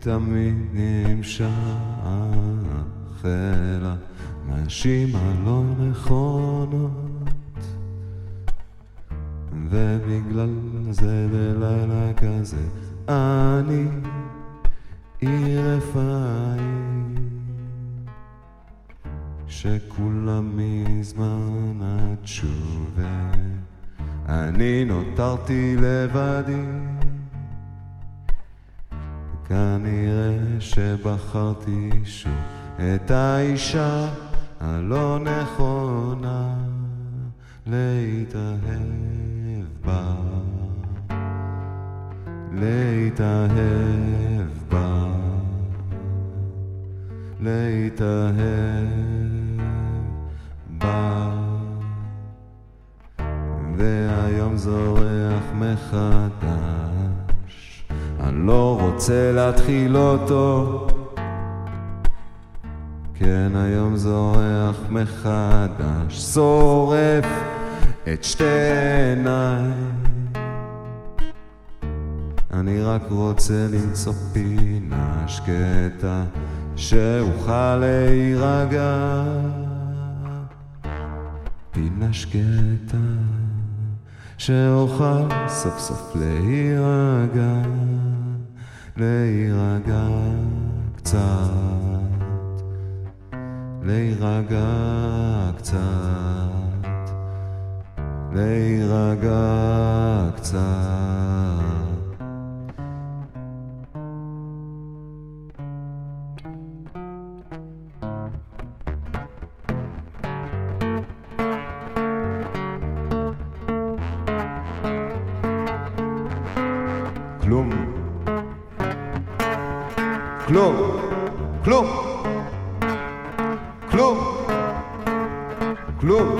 תמיד נמשך אל הנשים הלא נכונות, ובגלל זה בלילה כזה אני רפאים שכולם מזמן התשובה, אני נותרתי לבדי, כנראה שבחרתי שוב את האישה הלא נכונה להתאהב בה, להתאהב בה, להתאהב בה. והיום זורח מחדש, אני לא רוצה להתחיל אותו, כן היום זורח מחדש, שורף את שתי עיניי, אני רק רוצה למצוא פינה שקטה שאוכל להירגע, פינה שקטה שאוכל סוף סוף להירגע, להירגע קצת, להירגע קצת, להירגע קצת. כלום, כלום, כלום, כלום, כלום,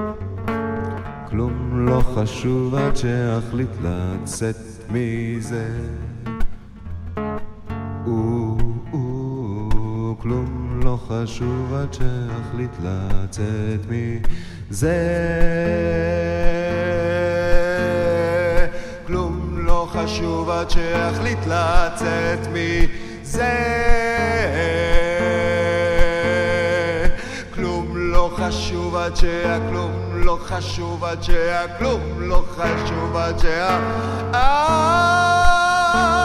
כלום לא חשוב עד שאחליט לצאת מזה, כלום לא חשוב עד שאחליט לצאת מזה, כלום לא חשוב עד שאחליט לצאת מזה, כלום לא חשוב עד שהכלום לא חשוב עד שהכלום לא חשוב עד